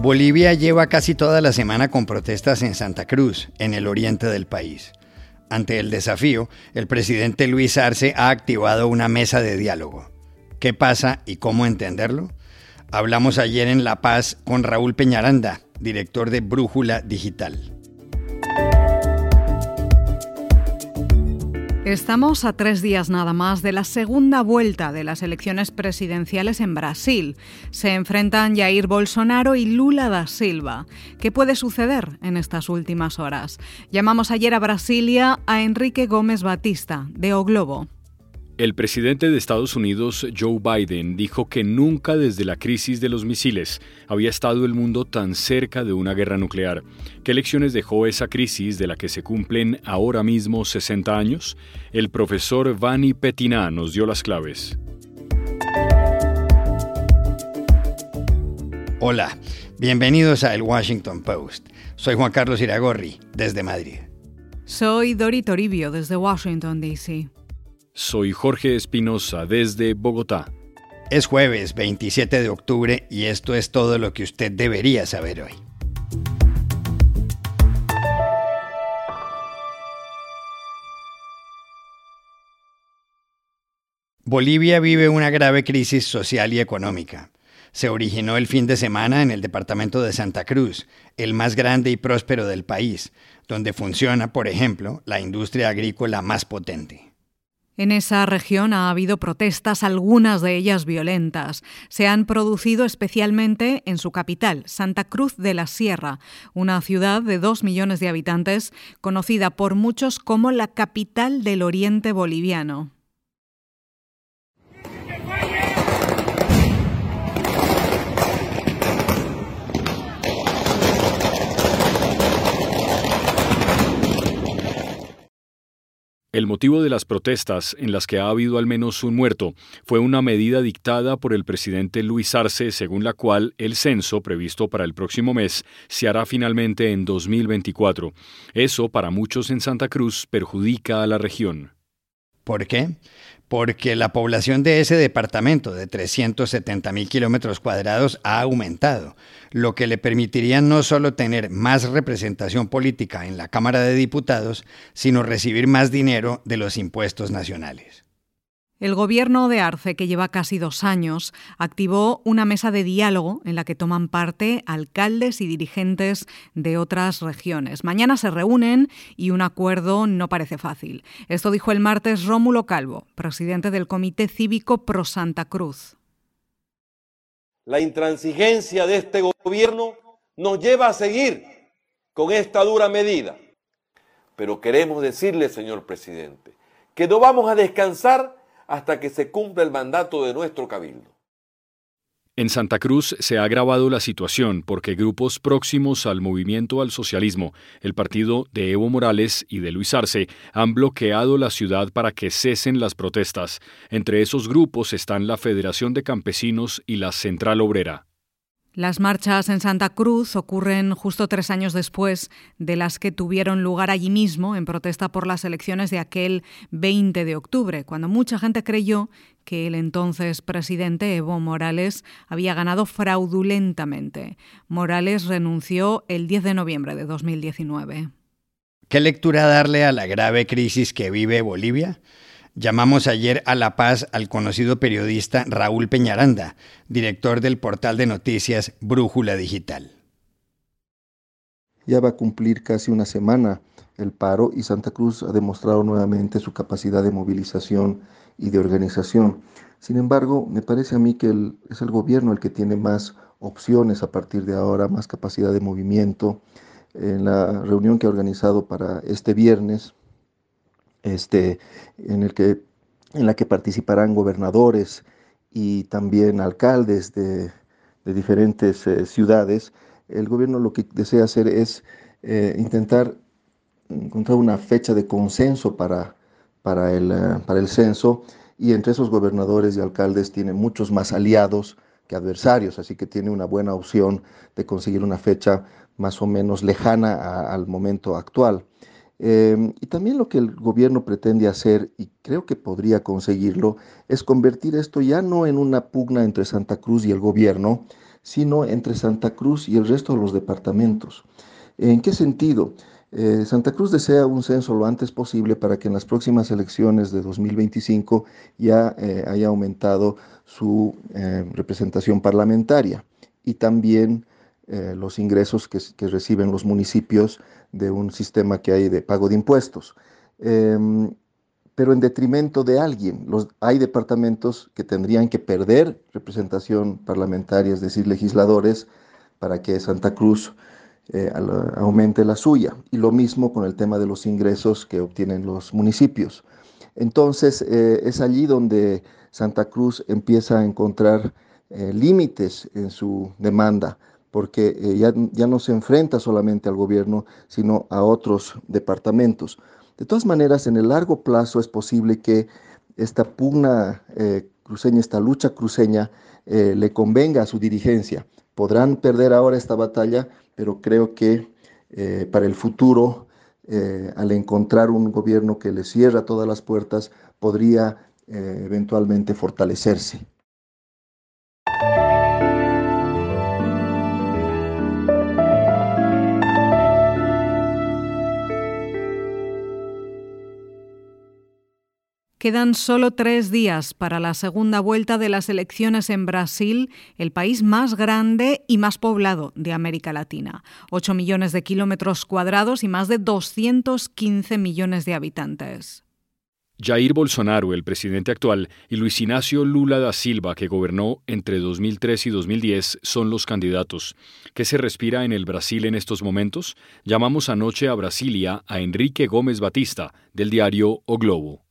Bolivia lleva casi toda la semana con protestas en Santa Cruz, en el oriente del país. Ante el desafío, el presidente Luis Arce ha activado una mesa de diálogo. ¿Qué pasa y cómo entenderlo? Hablamos ayer en La Paz con Raúl Peñaranda, director de Brújula Digital. Estamos a 3 días nada más de la segunda vuelta de las elecciones presidenciales en Brasil. Se enfrentan Jair Bolsonaro y Lula da Silva. ¿Qué puede suceder en estas últimas horas? Llamamos ayer a Brasilia a Enrique Gómez Batista, de O Globo. El presidente de Estados Unidos, Joe Biden, dijo que nunca desde la crisis de los misiles había estado el mundo tan cerca de una guerra nuclear. ¿Qué lecciones dejó esa crisis de la que se cumplen ahora mismo 60 años? El profesor Vani Petina nos dio las claves. Hola, bienvenidos a El Washington Post. Soy Juan Carlos Iragorri, desde Madrid. Soy Dori Toribio, desde Washington, D.C. Soy Jorge Espinosa, desde Bogotá. Es jueves 27 de octubre y esto es todo lo que usted debería saber hoy. Bolivia vive una grave crisis social y económica. Se originó el fin de semana en el departamento de Santa Cruz, el más grande y próspero del país, donde funciona, por ejemplo, la industria agrícola más potente. En esa región ha habido protestas, algunas de ellas violentas. Se han producido especialmente en su capital, Santa Cruz de la Sierra, una ciudad de 2 millones de habitantes, conocida por muchos como la capital del oriente boliviano. El motivo de las protestas, en las que ha habido al menos un muerto, fue una medida dictada por el presidente Luis Arce, según la cual el censo, previsto para el próximo mes, se hará finalmente en 2024. Eso, para muchos en Santa Cruz, perjudica a la región. ¿Por qué? Porque la población de ese departamento de 370.000 kilómetros cuadrados ha aumentado, lo que le permitiría no solo tener más representación política en la Cámara de Diputados, sino recibir más dinero de los impuestos nacionales. El gobierno de Arce, que lleva casi 2 años, activó una mesa de diálogo en la que toman parte alcaldes y dirigentes de otras regiones. Mañana se reúnen y un acuerdo no parece fácil. Esto dijo el martes Rómulo Calvo, presidente del Comité Cívico Pro Santa Cruz. La intransigencia de este gobierno nos lleva a seguir con esta dura medida. Pero queremos decirle, señor presidente, que no vamos a descansar hasta que se cumpla el mandato de nuestro cabildo. En Santa Cruz se ha agravado la situación porque grupos próximos al movimiento al socialismo, el partido de Evo Morales y de Luis Arce, han bloqueado la ciudad para que cesen las protestas. Entre esos grupos están la Federación de Campesinos y la Central Obrera. Las marchas en Santa Cruz ocurren justo 3 años después de las que tuvieron lugar allí mismo en protesta por las elecciones de aquel 20 de octubre, cuando mucha gente creyó que el entonces presidente Evo Morales había ganado fraudulentamente. Morales renunció el 10 de noviembre de 2019. ¿Qué lectura darle a la grave crisis que vive Bolivia? Llamamos ayer a La Paz al conocido periodista Raúl Peñaranda, director del portal de noticias Brújula Digital. Ya va a cumplir casi una semana el paro y Santa Cruz ha demostrado nuevamente su capacidad de movilización y de organización. Sin embargo, me parece a mí que es el gobierno el que tiene más opciones a partir de ahora, más capacidad de movimiento. En la reunión que ha organizado para este viernes, en la que participarán gobernadores y también alcaldes de diferentes ciudades, el gobierno lo que desea hacer es intentar encontrar una fecha de consenso para el censo, y entre esos gobernadores y alcaldes tiene muchos más aliados que adversarios, así que tiene una buena opción de conseguir una fecha más o menos lejana al momento actual. Y también lo que el gobierno pretende hacer, y creo que podría conseguirlo, es convertir esto ya no en una pugna entre Santa Cruz y el gobierno, sino entre Santa Cruz y el resto de los departamentos. ¿En qué sentido? Santa Cruz desea un censo lo antes posible para que en las próximas elecciones de 2025 ya haya aumentado su representación parlamentaria y también los ingresos que reciben los municipios de un sistema que hay de pago de impuestos. Pero en detrimento de alguien. Hay departamentos que tendrían que perder representación parlamentaria, es decir, legisladores, para que Santa Cruz aumente la suya. Y lo mismo con el tema de los ingresos que obtienen los municipios. Entonces, es allí donde Santa Cruz empieza a encontrar límites en su demanda, porque ya no se enfrenta solamente al gobierno, sino a otros departamentos. De todas maneras, en el largo plazo es posible que esta pugna cruceña, esta lucha cruceña, le convenga a su dirigencia. Podrán perder ahora esta batalla, pero creo que para el futuro, al encontrar un gobierno que le cierra todas las puertas, podría eventualmente fortalecerse. Quedan solo 3 días para la segunda vuelta de las elecciones en Brasil, el país más grande y más poblado de América Latina. 8 millones de kilómetros cuadrados y más de 215 millones de habitantes. Jair Bolsonaro, el presidente actual, y Luis Inácio Lula da Silva, que gobernó entre 2003 y 2010, son los candidatos. ¿Qué se respira en el Brasil en estos momentos? Llamamos anoche a Brasilia a Enrique Gómez Batista, del diario O Globo.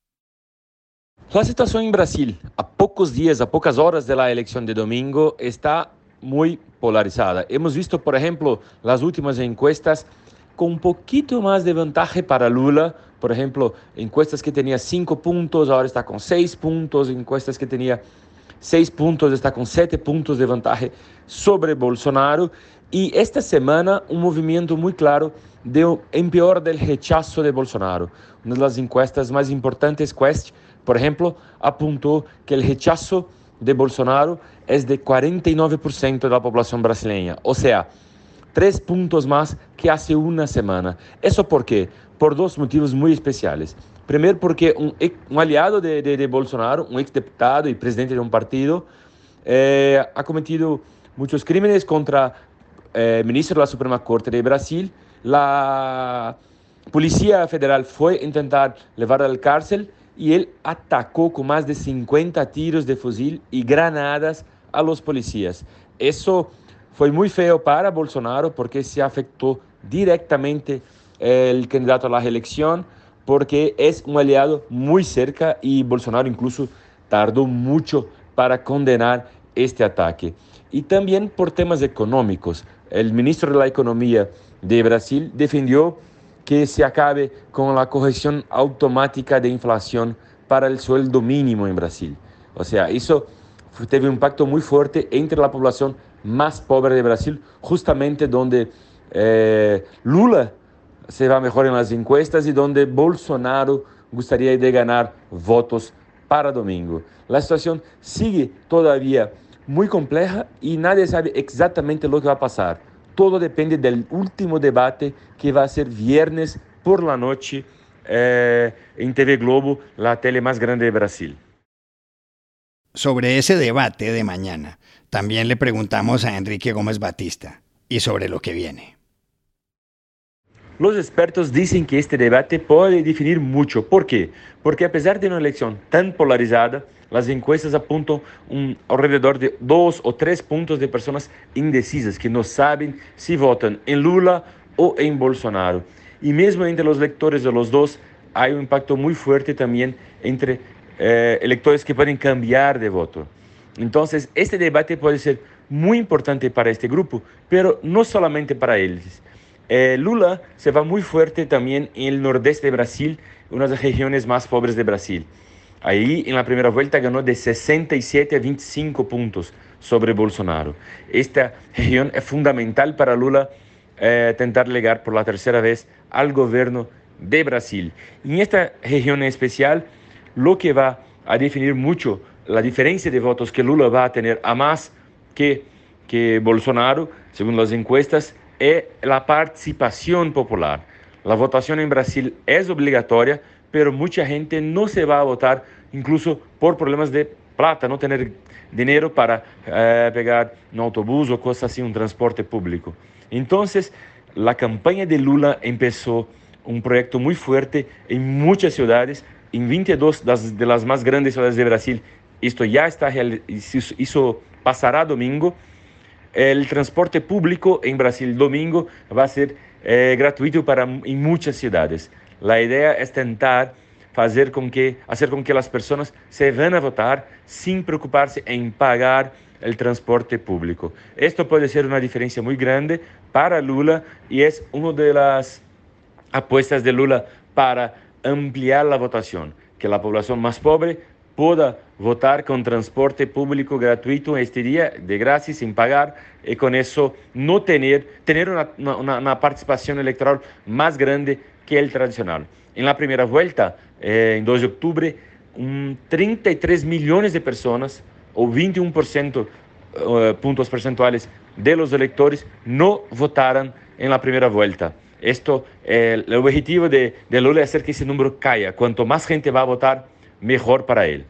La situación en Brasil, a pocos días, a pocas horas de la elección de domingo, está muy polarizada. Hemos visto, por ejemplo, las últimas encuestas con un poquito más de ventaja para Lula. Por ejemplo, encuestas que tenía 5 puntos, ahora está con 6 puntos. Encuestas que tenía 6 puntos, está con 7 puntos de ventaja sobre Bolsonaro. Y esta semana, un movimiento muy claro de empeor del rechazo de Bolsonaro. Una de las encuestas más importantes, Quest, por ejemplo, apuntó que el rechazo de Bolsonaro es de 49% de la población brasileña, o sea, 3 puntos más que hace una semana. ¿Eso por qué? Por 2 motivos muy especiales. Primero, porque un aliado de Bolsonaro, un exdeputado y presidente de un partido, ha cometido muchos crímenes contra el ministro de la Suprema Corte de Brasil. La Policía Federal fue a intentar llevarlo a la cárcel y él atacó con más de 50 tiros de fusil y granadas a los policías. Eso fue muy feo para Bolsonaro porque se afectó directamente el candidato a la reelección, porque es un aliado muy cerca y Bolsonaro incluso tardó mucho para condenar este ataque. Y también por temas económicos. El ministro de la Economía de Brasil defendió que se acabe con la corrección automática de inflación para el sueldo mínimo en Brasil. O sea, eso teve un impacto muy fuerte entre la población más pobre de Brasil, justamente donde Lula se va mejor en las encuestas y donde Bolsonaro gustaría de ganar votos para domingo. La situación sigue todavía muy compleja y nadie sabe exactamente lo que va a pasar. Todo depende del último debate que va a ser viernes por la noche en TV Globo, la tele más grande de Brasil. Sobre ese debate de mañana, también le preguntamos a Enrique Gómez Batista y sobre lo que viene. Los expertos dicen que este debate puede definir mucho. ¿Por qué? Porque a pesar de una elección tan polarizada, las encuestas apuntan alrededor de 2 o 3 puntos de personas indecisas que no saben si votan en Lula o en Bolsonaro. Y mismo entre los electores de los dos hay un impacto muy fuerte también entre electores que pueden cambiar de voto. Entonces, este debate puede ser muy importante para este grupo, pero no solamente para ellos. Lula se va muy fuerte también en el nordeste de Brasil, una de las regiones más pobres de Brasil. Ahí en la primera vuelta ganó de 67 a 25 puntos sobre Bolsonaro. Esta región es fundamental para Lula tentar llegar por la tercera vez al gobierno de Brasil. Y en esta región en especial, lo que va a definir mucho la diferencia de votos que Lula va a tener, a más que que Bolsonaro, según las encuestas, es la participación popular. La votación en Brasil es obligatoria, pero mucha gente no se va a votar, incluso por problemas de plata, no tener dinero para pegar un autobús o cosas así, un transporte público. Entonces, la campaña de Lula empezó un proyecto muy fuerte en muchas ciudades, en 22 de las más grandes ciudades de Brasil. Esto ya está, eso pasará domingo. El transporte público en Brasil domingo va a ser gratuito en muchas ciudades. La idea es intentar hacer con que las personas se van a votar sin preocuparse en pagar el transporte público. Esto puede ser una diferencia muy grande para Lula y es una de las apuestas de Lula para ampliar la votación, que la población más pobre pueda votar con transporte público gratuito este día, de gratis, sin pagar, y con eso no tener una participación electoral más grande que el tradicional. En la primera vuelta, en 2 de octubre, 33 millones de personas, o 21% puntos percentuales de los electores, no votaron en la primera vuelta. El objetivo de Lula es hacer que ese número caiga. Cuanto más gente va a votar, mejor para él.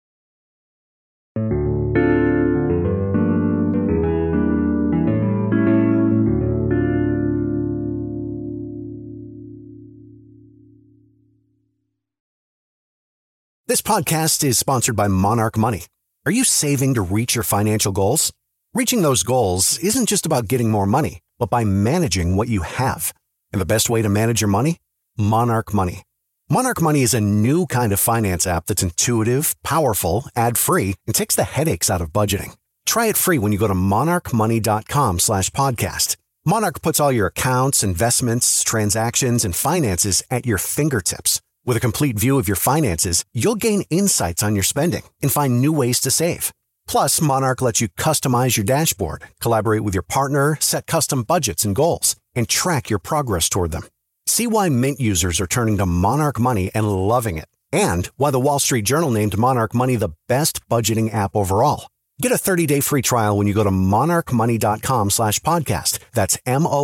This podcast is sponsored by Monarch Money. Are you saving to reach your financial goals? Reaching those goals isn't just about getting more money, but by managing what you have. And the best way to manage your money? Monarch Money. Monarch Money is a new kind of finance app that's intuitive, powerful, ad-free, and takes the headaches out of budgeting. Try it free when you go to monarchmoney.com/podcast. Monarch puts all your accounts, investments, transactions, and finances at your fingertips. With a complete view of your finances, you'll gain insights on your spending and find new ways to save. Plus, Monarch lets you customize your dashboard, collaborate with your partner, set custom budgets and goals, and track your progress toward them. See why Mint users are turning to Monarch Money and loving it, and why the Wall Street Journal named Monarch Money the best budgeting app overall. Get a 30-day free trial when you go to monarchmoney.com/podcast. That's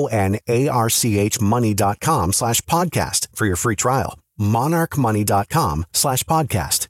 MONARCH money.com/podcast for your free trial. monarchmoney.com/podcast.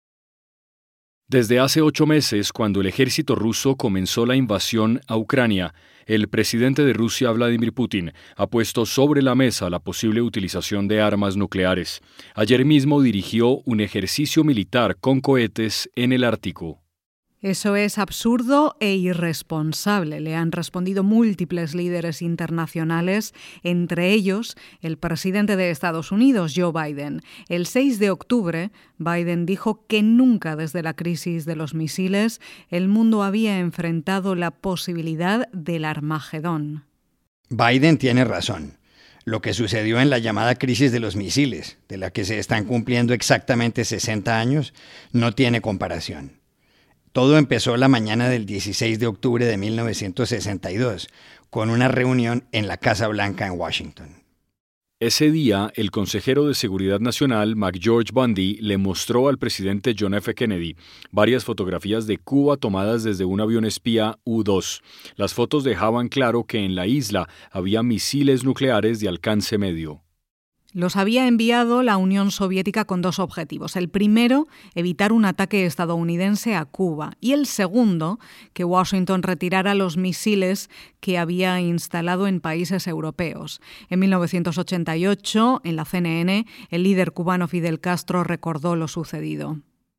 Desde hace 8 meses, cuando el ejército ruso comenzó la invasión a Ucrania, el presidente de Rusia, Vladimir Putin, ha puesto sobre la mesa la posible utilización de armas nucleares. Ayer mismo dirigió un ejercicio militar con cohetes en el Ártico. Eso es absurdo e irresponsable, le han respondido múltiples líderes internacionales, entre ellos el presidente de Estados Unidos, Joe Biden. El 6 de octubre, Biden dijo que nunca desde la crisis de los misiles el mundo había enfrentado la posibilidad del Armagedón. Biden tiene razón. Lo que sucedió en la llamada crisis de los misiles, de la que se están cumpliendo exactamente 60 años, no tiene comparación. Todo empezó la mañana del 16 de octubre de 1962, con una reunión en la Casa Blanca en Washington. Ese día, el consejero de Seguridad Nacional, McGeorge Bundy, le mostró al presidente John F. Kennedy varias fotografías de Cuba tomadas desde un avión espía U-2. Las fotos dejaban claro que en la isla había misiles nucleares de alcance medio. Los había enviado la Unión Soviética con 2 objetivos. El primero, evitar un ataque estadounidense a Cuba. Y el segundo, que Washington retirara los misiles que había instalado en países europeos. En 1988, en la CNN, el líder cubano Fidel Castro recordó lo sucedido.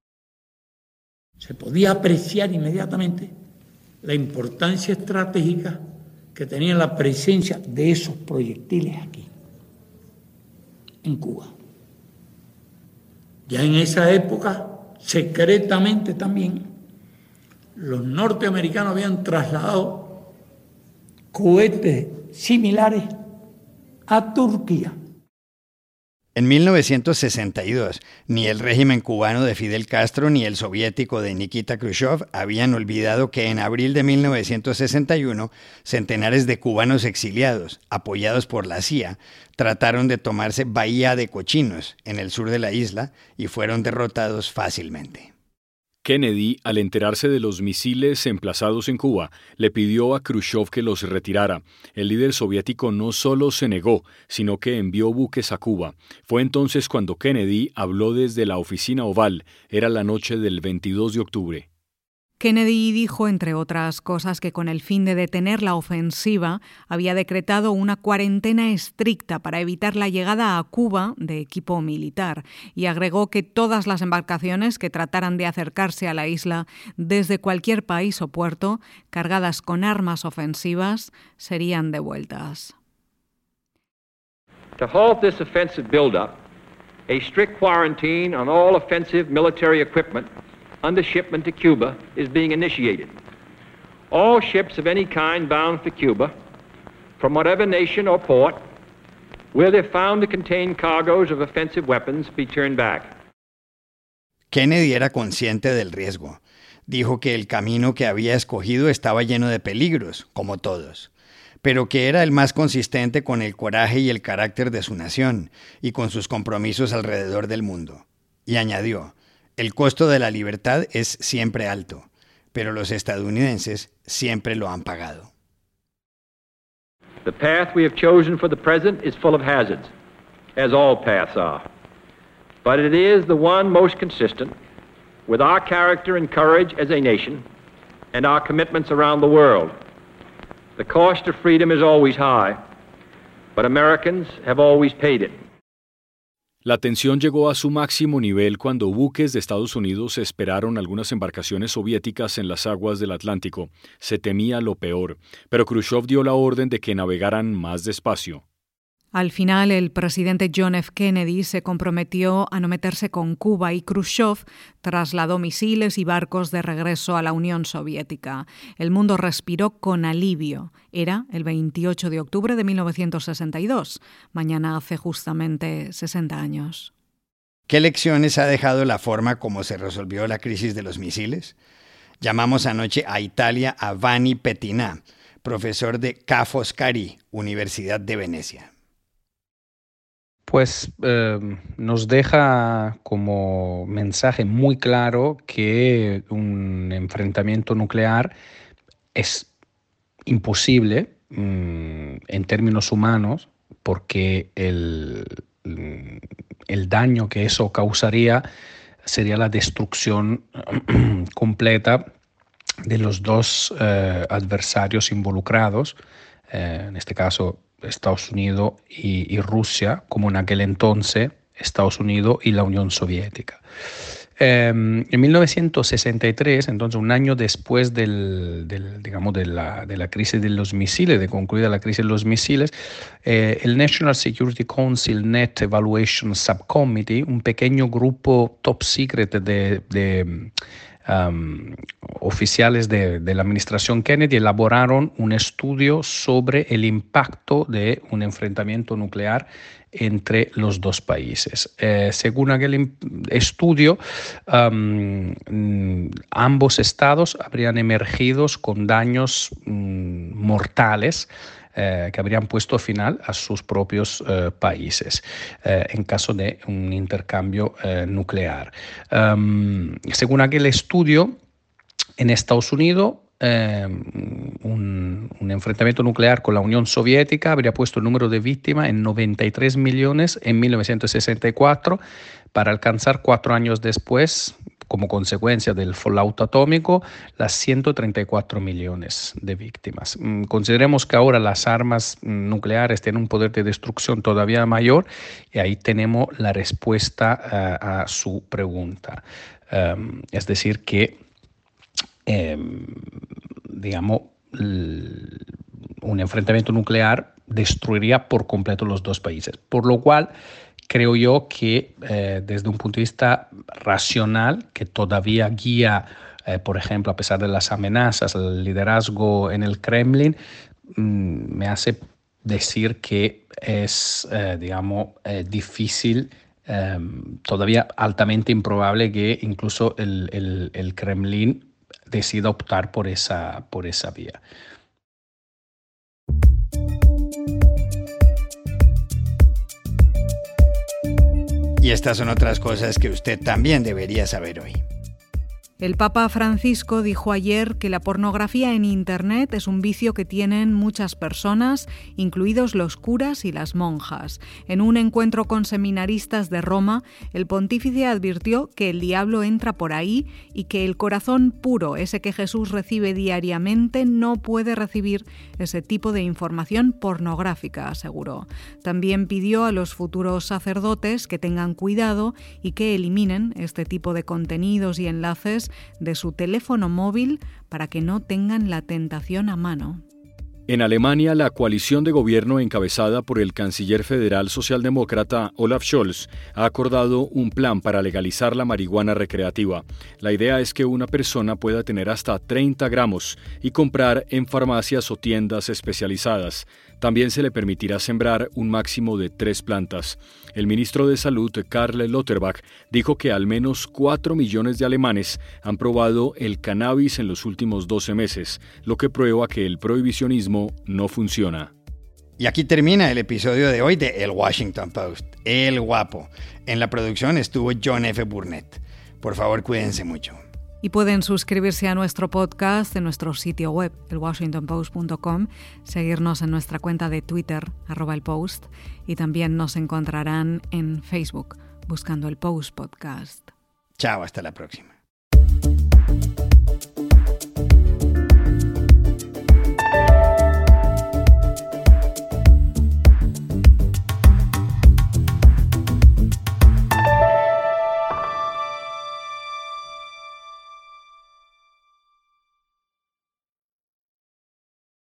Se podía apreciar inmediatamente la importancia estratégica que tenía la presencia de esos proyectiles aquí, en Cuba. Ya en esa época, secretamente también, los norteamericanos habían trasladado cohetes similares a Turquía. En 1962, ni el régimen cubano de Fidel Castro ni el soviético de Nikita Khrushchev habían olvidado que en abril de 1961, centenares de cubanos exiliados, apoyados por la CIA, trataron de tomarse Bahía de Cochinos, en el sur de la isla, y fueron derrotados fácilmente. Kennedy, al enterarse de los misiles emplazados en Cuba, le pidió a Khrushchev que los retirara. El líder soviético no solo se negó, sino que envió buques a Cuba. Fue entonces cuando Kennedy habló desde la oficina oval. Era la noche del 22 de octubre. Kennedy dijo, entre otras cosas, que con el fin de detener la ofensiva había decretado una cuarentena estricta para evitar la llegada a Cuba de equipo militar y agregó que todas las embarcaciones que trataran de acercarse a la isla desde cualquier país o puerto cargadas con armas ofensivas serían devueltas. To halt this offensive buildup, a strict quarantine on all offensive military equipment under shipment to Cuba is being initiated. All ships of any kind bound for Cuba, from whatever nation or port, where they're found to contain cargoes of offensive weapons, be turned back. Kennedy era consciente del riesgo. Dijo que el camino que había escogido estaba lleno de peligros, como todos, pero que era el más consistente con el coraje y el carácter de su nación y con sus compromisos alrededor del mundo. Y añadió: el costo de la libertad es siempre alto, pero los estadounidenses siempre lo han pagado. The path we have chosen for the present is full of hazards, as all paths are. But it is the one most consistent with our character and courage as a nation and our commitments around the world. The cost of freedom is always high, but Americans have always paid it. La tensión llegó a su máximo nivel cuando buques de Estados Unidos esperaron algunas embarcaciones soviéticas en las aguas del Atlántico. Se temía lo peor, pero Khrushchev dio la orden de que navegaran más despacio. Al final, el presidente John F. Kennedy se comprometió a no meterse con Cuba y Khrushchev trasladó misiles y barcos de regreso a la Unión Soviética. El mundo respiró con alivio. Era el 28 de octubre de 1962. Mañana hace justamente 60 años. ¿Qué lecciones ha dejado la forma como se resolvió la crisis de los misiles? Llamamos anoche a Italia a Vanni Pettinà, profesor de Ca' Foscari, Universidad de Venecia. Pues nos deja como mensaje muy claro que un enfrentamiento nuclear es imposible en términos humanos porque el daño que eso causaría sería la destrucción completa de los dos adversarios involucrados, en este caso Estados Unidos y Rusia, como en aquel entonces Estados Unidos y la Unión Soviética. En 1963, entonces un año después de la crisis de los misiles, de concluida la crisis de los misiles, el National Security Council Net Evaluation Subcommittee, un pequeño grupo top secret de oficiales de la administración Kennedy elaboraron un estudio sobre el impacto de un enfrentamiento nuclear entre los dos países. Según aquel estudio, ambos estados habrían emergido con daños mortales que habrían puesto final a sus propios países en caso de un intercambio nuclear. Según aquel estudio, en Estados Unidos, un enfrentamiento nuclear con la Unión Soviética habría puesto el número de víctimas en 93 millones en 1964, para alcanzar 4 años después, como consecuencia del fallout atómico, las 134 millones de víctimas. Consideremos que ahora las armas nucleares tienen un poder de destrucción todavía mayor y ahí tenemos la respuesta a su pregunta. Es decir que, un enfrentamiento nuclear destruiría por completo los dos países, por lo cual creo yo que desde un punto de vista racional, que todavía guía, por ejemplo, a pesar de las amenazas, el liderazgo en el Kremlin, me hace decir que es, difícil, todavía altamente improbable que incluso el Kremlin decida optar por esa vía. Y estas son otras cosas que usted también debería saber hoy. El Papa Francisco dijo ayer que la pornografía en Internet es un vicio que tienen muchas personas, incluidos los curas y las monjas. En un encuentro con seminaristas de Roma, el pontífice advirtió que el diablo entra por ahí y que el corazón puro, ese que Jesús recibe diariamente, no puede recibir ese tipo de información pornográfica, aseguró. También pidió a los futuros sacerdotes que tengan cuidado y que eliminen este tipo de contenidos y enlaces de su teléfono móvil para que no tengan la tentación a mano. En Alemania, la coalición de gobierno encabezada por el canciller federal socialdemócrata Olaf Scholz ha acordado un plan para legalizar la marihuana recreativa. La idea es que una persona pueda tener hasta 30 gramos y comprar en farmacias o tiendas especializadas. También se le permitirá sembrar un máximo de 3 plantas. El ministro de Salud, Karl Lauterbach, dijo que al menos 4 millones de alemanes han probado el cannabis en los últimos 12 meses, lo que prueba que el prohibicionismo no funciona. Y aquí termina el episodio de hoy de El Washington Post, El Guapo. En la producción estuvo John F. Burnett. Por favor, cuídense mucho. Y pueden suscribirse a nuestro podcast en nuestro sitio web, elwashingtonpost.com, seguirnos en nuestra cuenta de Twitter, @elpost, y también nos encontrarán en Facebook, buscando El Post Podcast. Chao, hasta la próxima.